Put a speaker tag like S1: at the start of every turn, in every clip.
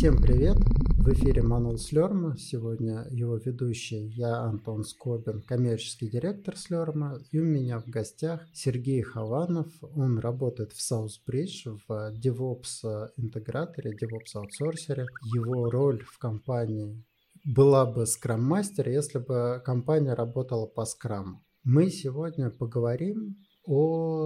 S1: Всем привет! В эфире Manual Slurm. Сегодня его ведущий я, Антон Скобин, коммерческий директор Slurm. И у меня в гостях Сергей Хованов. Он работает в Southbridge в DevOps интеграторе, DevOps аутсорсере. Его роль в компании была бы скрам-мастер, если бы компания работала по скраму. Мы сегодня поговорим о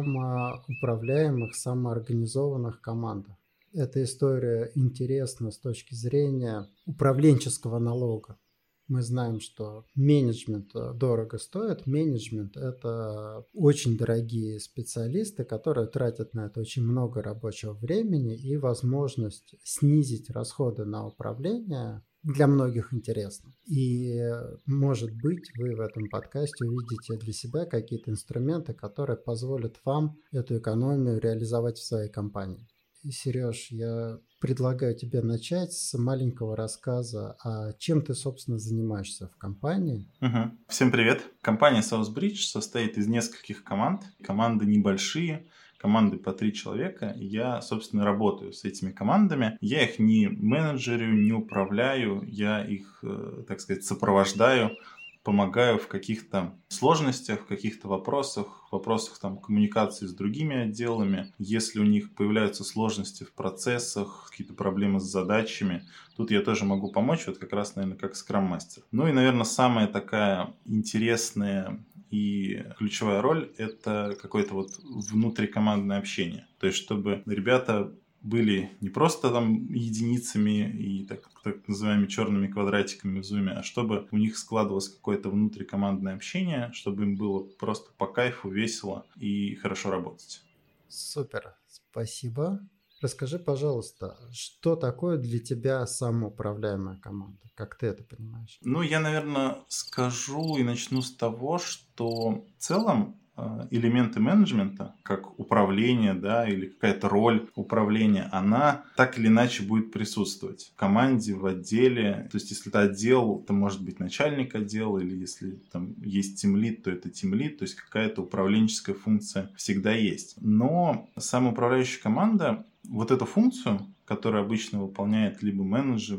S1: самоуправляемых, самоорганизованных командах. Эта история интересна с точки зрения управленческого налога. Мы знаем, что менеджмент дорого стоит. Менеджмент – это очень дорогие специалисты, которые тратят на это очень много рабочего времени, и возможность снизить расходы на управление для многих интересно. И, может быть, вы в этом подкасте увидите для себя какие-то инструменты, которые позволят вам эту экономию реализовать в своей компании. Сереж, я предлагаю тебе начать с маленького рассказа, чем ты, собственно, занимаешься в компании.
S2: Всем привет. Компания Southbridge состоит из нескольких команд. Команды небольшие, команды по 3 человека. Я, собственно, работаю с этими командами. Я их не менеджерю, не управляю, я их, так сказать, сопровождаю, помогаю в каких-то сложностях, в каких-то вопросах там, коммуникации с другими отделами. Если у них появляются сложности в процессах, какие-то проблемы с задачами, тут я тоже могу помочь, вот как раз, наверное, как скрам-мастер. Ну и, наверное, самая такая интересная и ключевая роль – это какое-то вот внутрикомандное общение. То есть, чтобы ребята были не просто там единицами и так называемыми черными квадратиками в Zoom, а чтобы у них складывалось какое-то внутрикомандное общение, чтобы им было просто по кайфу, весело и хорошо работать.
S1: Супер, спасибо. Расскажи, пожалуйста, что такое для тебя самоуправляемая команда? Как ты это понимаешь?
S2: Ну, я, наверное, скажу и начну с того, что в целом элементы менеджмента, как управление, да, или какая-то роль управления, она так или иначе будет присутствовать в команде, в отделе. То есть, если это отдел, это может быть начальник отдела, или если там есть тимлид, то это тимлид, то есть какая-то управленческая функция всегда есть. Но самоуправляющая команда вот эту функцию, которую обычно выполняет либо менеджер,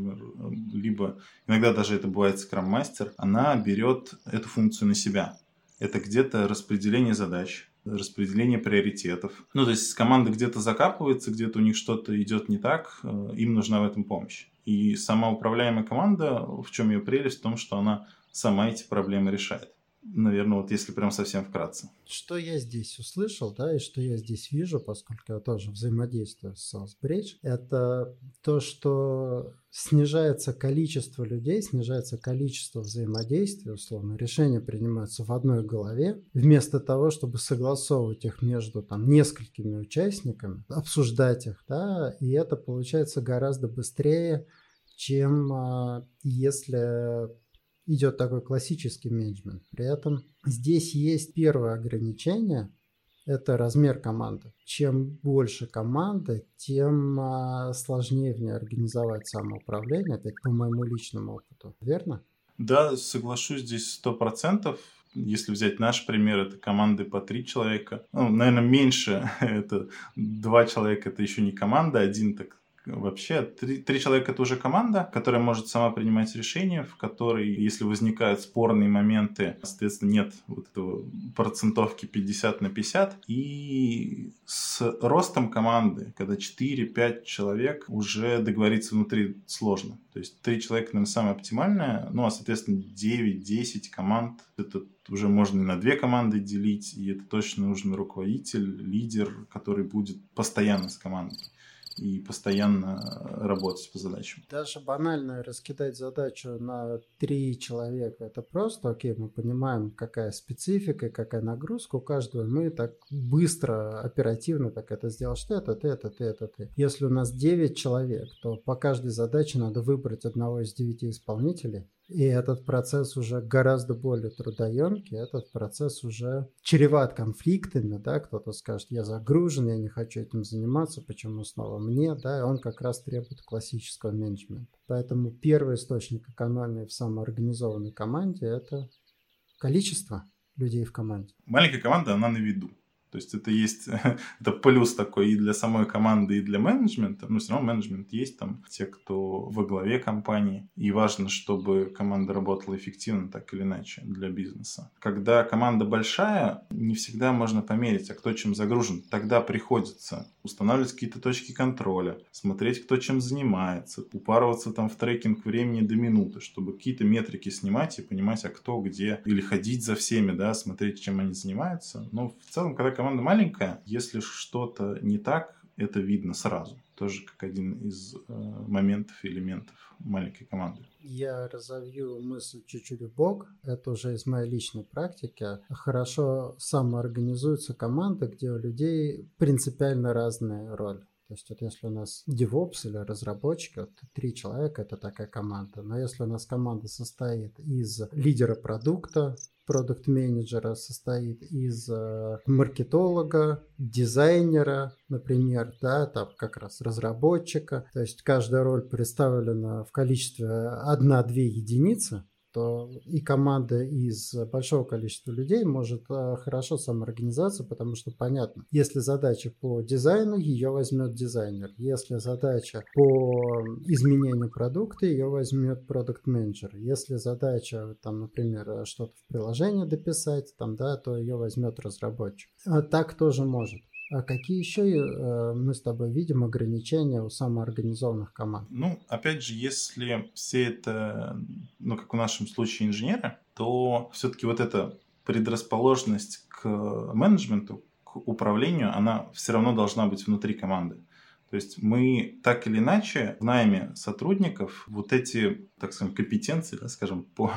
S2: либо иногда даже это бывает скрам-мастер, она берет эту функцию на себя. Это где-то распределение задач, распределение приоритетов. Ну, то есть команда где-то закапывается, где-то у них что-то идет не так, им нужна в этом помощь. И сама управляемая команда, в чем ее прелесть, в том, что она сама эти проблемы решает. Наверное, вот если прям совсем вкратце.
S1: Что я здесь услышал, да, и что я здесь вижу, поскольку я тоже взаимодействую с Southbridge, это то, что снижается количество людей, снижается количество взаимодействия, условно, решения принимаются в одной голове, вместо того, чтобы согласовывать их между там несколькими участниками, обсуждать их, да, и это получается гораздо быстрее, чем если идет такой классический менеджмент. При этом здесь есть первое ограничение – это размер команды. Чем больше команда, тем сложнее в ней организовать самоуправление, опять по моему личному опыту. Верно?
S2: Да, соглашусь здесь 100%. Если взять наш пример, это команды по 3 человека. Ну, наверное, меньше. Это 2 человека, это еще не команда, один так вообще. 3 человека это уже команда, которая может сама принимать решения, в которой, если возникают спорные моменты, соответственно, нет вот этого процентовки 50/50. И с ростом команды, когда 4-5 человек, уже договориться внутри сложно. То есть 3 человека, наверное, самое оптимальное. Ну, а, соответственно, 9-10 команд, это уже можно и на 2 команды делить, и это точно нужен руководитель, лидер, который будет постоянно с командой и постоянно работать по задачам.
S1: Даже банально раскидать задачу на 3 человека, это просто, окей, мы понимаем, какая специфика, какая нагрузка у каждого, мы так быстро, оперативно так это сделал, что это ты. Если у нас 9 человек, то по каждой задаче надо выбрать одного из 9 исполнителей, и этот процесс уже гораздо более трудоемкий, этот процесс уже чреват конфликтами, да, кто-то скажет, я загружен, я не хочу этим заниматься, почему снова мне, да, и он как раз требует классического менеджмента. Поэтому первый источник экономии в самоорганизованной команде – это количество людей в команде.
S2: Маленькая команда, она на виду. То есть это есть, это плюс такой и для самой команды, и для менеджмента. Но все равно менеджмент есть, там те, кто во главе компании. И важно, чтобы команда работала эффективно, так или иначе, для бизнеса. Когда команда большая, не всегда можно померить, а кто чем загружен. Тогда приходится устанавливать какие-то точки контроля, смотреть, кто чем занимается, упарываться там в трекинг времени до минуты, чтобы какие-то метрики снимать и понимать, а кто где, или ходить за всеми, да, смотреть, чем они занимаются. Но в целом, когда команда маленькая, если что-то не так, это видно сразу. Тоже как один из моментов, элементов маленькой команды.
S1: Я разовью мысль чуть-чуть вбок. Это уже из моей личной практики. Хорошо самоорганизуются команды, где у людей принципиально разные роли. То есть вот если у нас DevOps или разработчики, вот 3 человека, это такая команда. Но если у нас команда состоит из лидера продукта, продукт-менеджера, состоит из маркетолога, дизайнера, например, да, там как раз разработчика. То есть каждая роль представлена в количестве 1-2 единицы, то и команда из большого количества людей может хорошо самоорганизоваться, потому что понятно, если задача по дизайну, ее возьмет дизайнер. Если задача по изменению продукта, ее возьмет продукт-менеджер. Если задача, там, например, что-то в приложении дописать, там, да, то ее возьмет разработчик. А так тоже может. А какие еще мы с тобой видим ограничения у самоорганизованных команд?
S2: Ну, опять же, если все это, ну, как в нашем случае, инженеры, то все-таки вот эта предрасположенность к менеджменту, к управлению, она все равно должна быть внутри команды. То есть мы так или иначе в найме сотрудников вот эти, так скажем, компетенции, да, скажем, по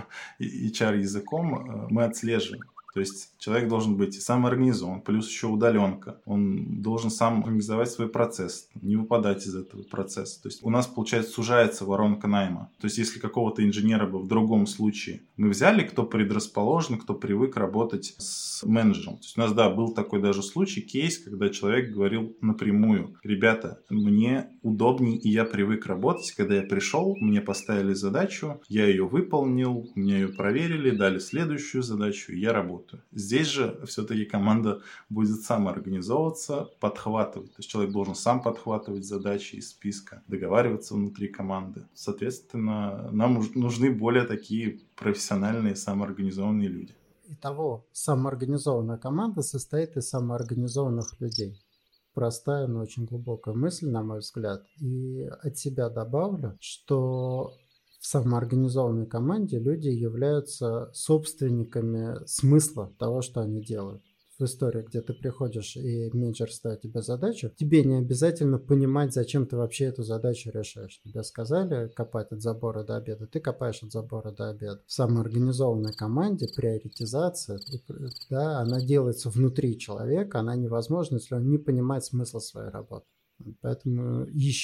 S2: HR-языком мы отслеживаем. То есть человек должен быть самоорганизован, плюс еще удаленка. Он должен сам организовать свой процесс, не выпадать из этого процесса. То есть у нас, получается, сужается воронка найма. То есть если какого-то инженера бы в другом случае мы взяли, кто предрасположен, кто привык работать с менеджером. То есть у нас, да, был такой даже случай, кейс, когда человек говорил напрямую: ребята, мне удобнее и я привык работать, когда я пришел, мне поставили задачу, я ее выполнил, мне ее проверили, дали следующую задачу, и я работаю. Здесь же все-таки команда будет самоорганизовываться, подхватывать. То есть человек должен сам подхватывать задачи из списка, договариваться внутри команды. Соответственно, нам нужны более такие профессиональные, самоорганизованные люди.
S1: Итого, самоорганизованная команда состоит из самоорганизованных людей. Простая, но очень глубокая мысль, на мой взгляд. И от себя добавлю, что в самоорганизованной команде люди являются собственниками смысла того, что они делают. В истории, где ты приходишь и менеджер ставит тебе задачу, тебе не обязательно понимать, зачем ты вообще эту задачу решаешь. Тебе сказали копать от забора до обеда, ты копаешь от забора до обеда. В самоорганизованной команде приоритизация, да, она делается внутри человека, она невозможна, если он не понимает смысла своей работы. Поэтому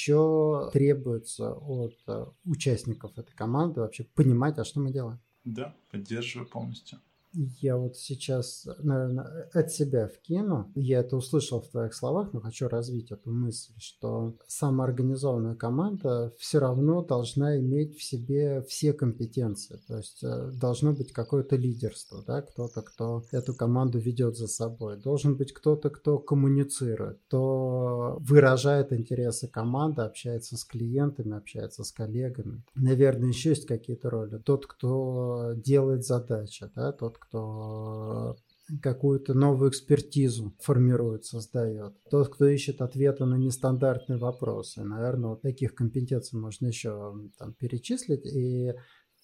S1: еще требуется от участников этой команды вообще понимать, а что мы делаем.
S2: Да, поддерживаю полностью.
S1: Я вот сейчас, наверное, от себя вкину. Я это услышал в твоих словах, но хочу развить эту мысль, что самоорганизованная команда все равно должна иметь в себе все компетенции. То есть должно быть какое-то лидерство, да? Кто-то, кто эту команду ведет за собой. Должен быть кто-то, кто коммуницирует, кто выражает интересы команды, общается с клиентами, общается с коллегами. Наверное, еще есть какие-то роли. Тот, кто делает задачи, да? Тот, кто какую-то новую экспертизу формирует, создает. Тот, кто ищет ответы на нестандартные вопросы. Наверное, вот таких компетенций можно еще там перечислить. И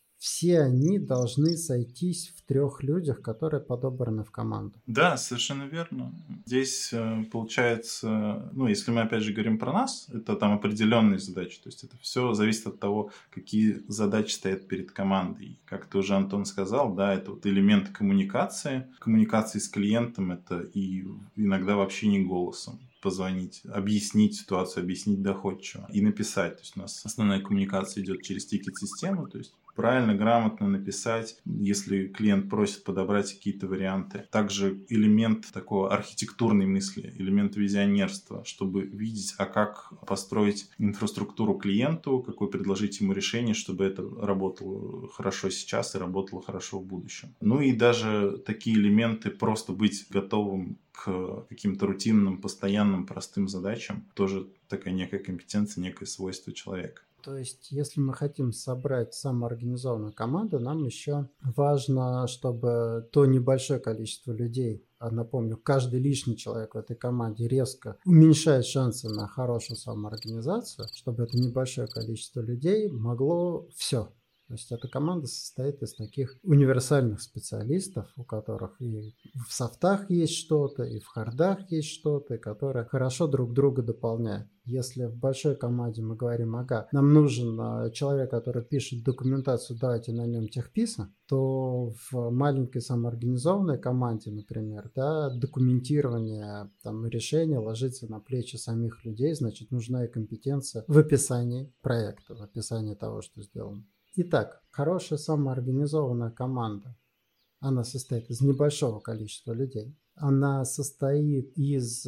S1: все они должны сойтись в 3 людях, которые подобраны в команду.
S2: Да, совершенно верно. Здесь получается, ну, если мы опять же говорим про нас, это там определенные задачи. То есть это все зависит от того, какие задачи стоят перед командой. Как ты уже, Антон, сказал, да, это вот элемент коммуникации. Коммуникации с клиентом — это и иногда вообще не голосом. Позвонить, объяснить ситуацию, объяснить доходчиво и написать. То есть у нас основная коммуникация идет через тикет-систему, то есть правильно, грамотно написать, если клиент просит подобрать какие-то варианты. Также элемент такого архитектурной мысли, элемент визионерства, чтобы видеть, а как построить инфраструктуру клиенту, какое предложить ему решение, чтобы это работало хорошо сейчас и работало хорошо в будущем. Ну и даже такие элементы, просто быть готовым к каким-то рутинным, постоянным, простым задачам, тоже такая некая компетенция, некое свойство человека.
S1: То есть, если мы хотим собрать самоорганизованную команду, нам еще важно, чтобы то небольшое количество людей, а напомню, каждый лишний человек в этой команде резко уменьшает шансы на хорошую самоорганизацию, чтобы это небольшое количество людей могло все. То есть эта команда состоит из таких универсальных специалистов, у которых и в софтах есть что-то, и в хардах есть что-то, которые хорошо друг друга дополняют. Если в большой команде мы говорим, ага, нам нужен человек, который пишет документацию, давайте наймем техписа, то в маленькой самоорганизованной команде, например, да, документирование решения ложится на плечи самих людей, значит, нужна и компетенция в описании проекта, в описании того, что сделано. Итак, хорошая самоорганизованная команда, она состоит из небольшого количества людей. Она состоит из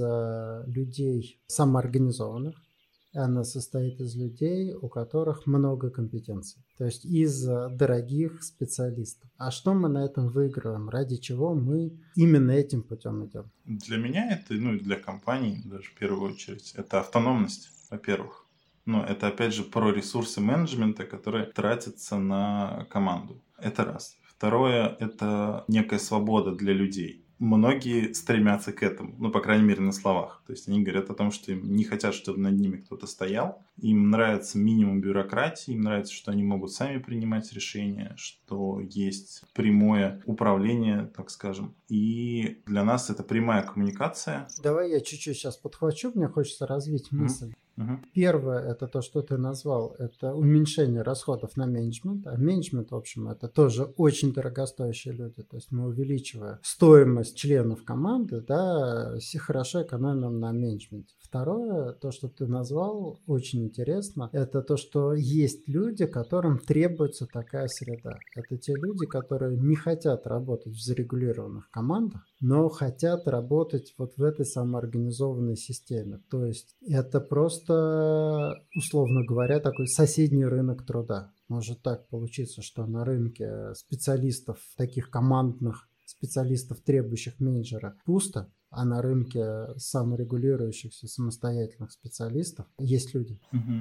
S1: людей самоорганизованных. Она состоит из людей, у которых много компетенций. То есть из дорогих специалистов. А что мы на этом выигрываем? Ради чего мы именно этим путем идем?
S2: Для меня это, и для компании даже в первую очередь, это автономность, во-первых. Но это, опять же, про ресурсы менеджмента, которые тратятся на команду. Это раз. Второе, это некая свобода для людей. Многие стремятся к этому, по крайней мере, на словах. То есть они говорят о том, что им не хотят, чтобы над ними кто-то стоял. Им нравится минимум бюрократии, им нравится, что они могут сами принимать решения, что есть прямое управление, так скажем. И для нас это прямая коммуникация.
S1: Давай я чуть-чуть сейчас подхвачу, мне хочется развить мысль. Первое, это то, что ты назвал, это уменьшение расходов на менеджмент. А менеджмент, в общем, это тоже очень дорогостоящие люди. То есть мы, увеличивая стоимость членов команды, да, хорошо экономим на менеджменте. Второе, то, что ты назвал, очень интересно, это то, что есть люди, которым требуется такая среда. Это те люди, которые не хотят работать в зарегулированных командах, но хотят работать вот в этой самоорганизованной системе. То есть это просто, условно говоря, такой соседний рынок труда. Может так получиться, что на рынке специалистов, таких командных специалистов, требующих менеджера, пусто, а на рынке саморегулирующихся самостоятельных специалистов есть люди.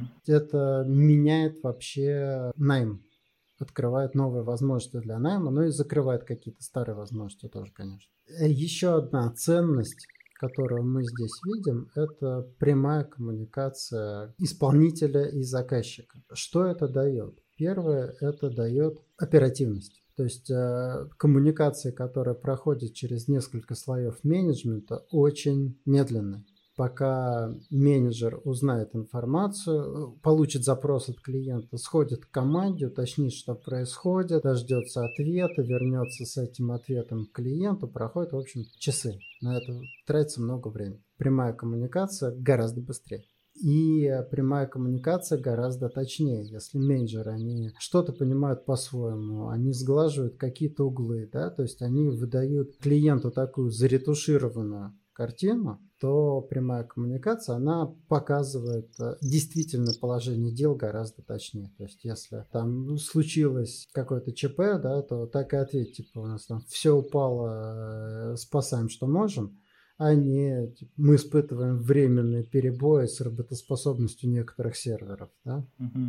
S1: Это меняет вообще найм, открывает новые возможности для найма, но и закрывает какие-то старые возможности тоже, конечно. Еще одна ценность, которую мы здесь видим, это прямая коммуникация исполнителя и заказчика. Что это дает? Первое, это дает оперативность. То есть коммуникация, которая проходит через несколько слоев менеджмента, очень медленная. Пока менеджер узнает информацию, получит запрос от клиента, сходит к команде, уточнит, что происходит, дождется ответа, вернется с этим ответом к клиенту, проходит, в общем, часы. На это тратится много времени. Прямая коммуникация гораздо быстрее. И прямая коммуникация гораздо точнее. Если менеджеры, они что-то понимают по-своему, они сглаживают какие-то углы, да, то есть они выдают клиенту такую заретушированную картину, то прямая коммуникация, она показывает действительное положение дел гораздо точнее. То есть если там случилось какое-то ЧП, да, то так и ответь, типа у нас там все упало, спасаем, что можем, а не мы испытываем временные перебои с работоспособностью некоторых серверов. Да?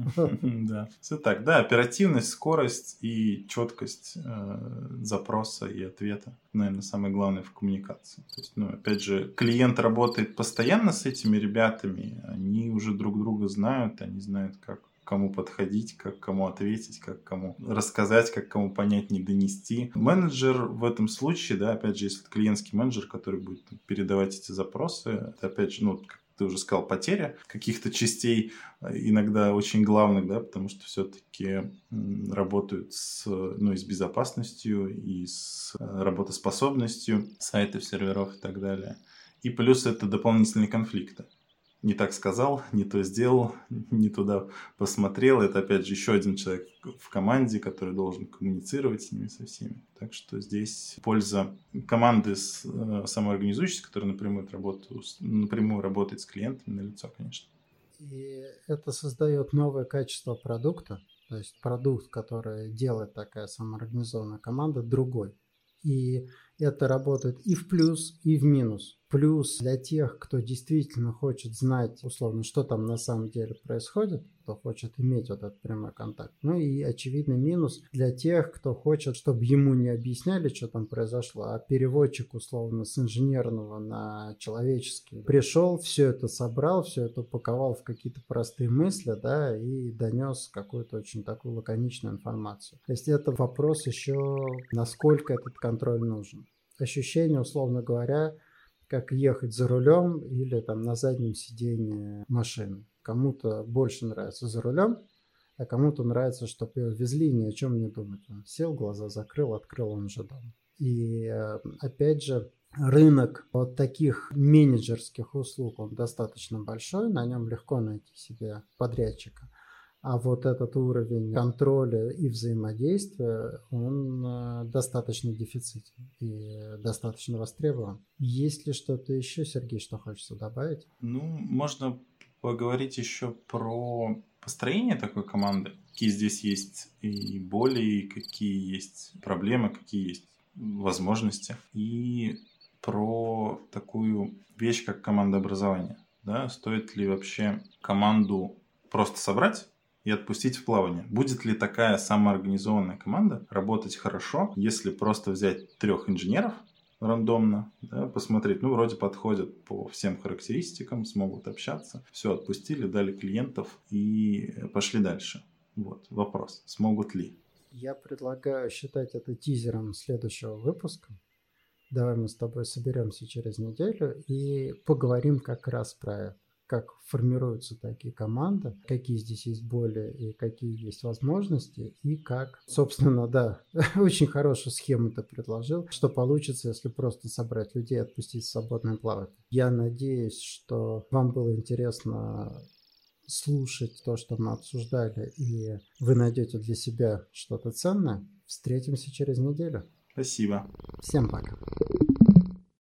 S2: Да, все так. Да, оперативность, скорость и четкость запроса и ответа, наверное, самое главное в коммуникации. То есть, опять же, клиент работает постоянно с этими ребятами, они уже друг друга знают, они знают, как кому подходить, как кому ответить, как кому рассказать, как кому понять, не донести. Менеджер в этом случае, да, опять же, если это клиентский менеджер, который будет передавать эти запросы, это опять же, как ты уже сказал, потеря каких-то частей, иногда очень главных, да, потому что все-таки работают и с безопасностью, и с работоспособностью сайтов, серверов и так далее. И плюс это дополнительные конфликты. не так сказал, не то сделал, не туда посмотрел. Это, опять же, еще один человек в команде, который должен коммуницировать с ними, со всеми. Так что здесь польза команды самоорганизующейся, которая напрямую работает с клиентами, налицо, конечно.
S1: И это создает новое качество продукта, то есть продукт, который делает такая самоорганизованная команда, другой. И это работает и в плюс, и в минус. Плюс для тех, кто действительно хочет знать, условно, что там на самом деле происходит, кто хочет иметь вот этот прямой контакт. Ну и очевидный минус для тех, кто хочет, чтобы ему не объясняли, что там произошло, а переводчик, условно, с инженерного на человеческий пришел, все это собрал, все это упаковал в какие-то простые мысли, да, и донес какую-то очень такую лаконичную информацию. То есть это вопрос еще, насколько этот контроль нужен. Ощущение, условно говоря, как ехать за рулем или там на заднем сиденье машины. Кому-то больше нравится за рулем, а кому-то нравится, чтобы его везли, ни о чем не думать. Он сел, глаза закрыл, открыл, он уже дома. И опять же, рынок вот таких менеджерских услуг, он достаточно большой, на нем легко найти себе подрядчика. А вот этот уровень контроля и взаимодействия, он достаточно дефицитен и достаточно востребован. Есть ли что-то еще, Сергей, что хочется добавить?
S2: Можно поговорить еще про построение такой команды. Какие здесь есть и боли, какие есть проблемы, какие есть возможности. И про такую вещь, как командообразование. Да? Стоит ли вообще команду просто собрать и отпустить в плавание? Будет ли такая самоорганизованная команда работать хорошо, если просто взять 3 инженеров рандомно, да, посмотреть, вроде подходят по всем характеристикам, смогут общаться, все отпустили, дали клиентов и пошли дальше. Вот, вопрос, смогут ли?
S1: Я предлагаю считать это тизером следующего выпуска. Давай мы с тобой соберемся через неделю и поговорим как раз про это. Как формируются такие команды, какие здесь есть боли и какие есть возможности, и как, собственно, да, очень хорошую схему ты предложил, что получится, если просто собрать людей и отпустить в свободное плавание. Я надеюсь, что вам было интересно слушать то, что мы обсуждали, и вы найдете для себя что-то ценное. Встретимся через неделю.
S2: Спасибо.
S1: Всем пока.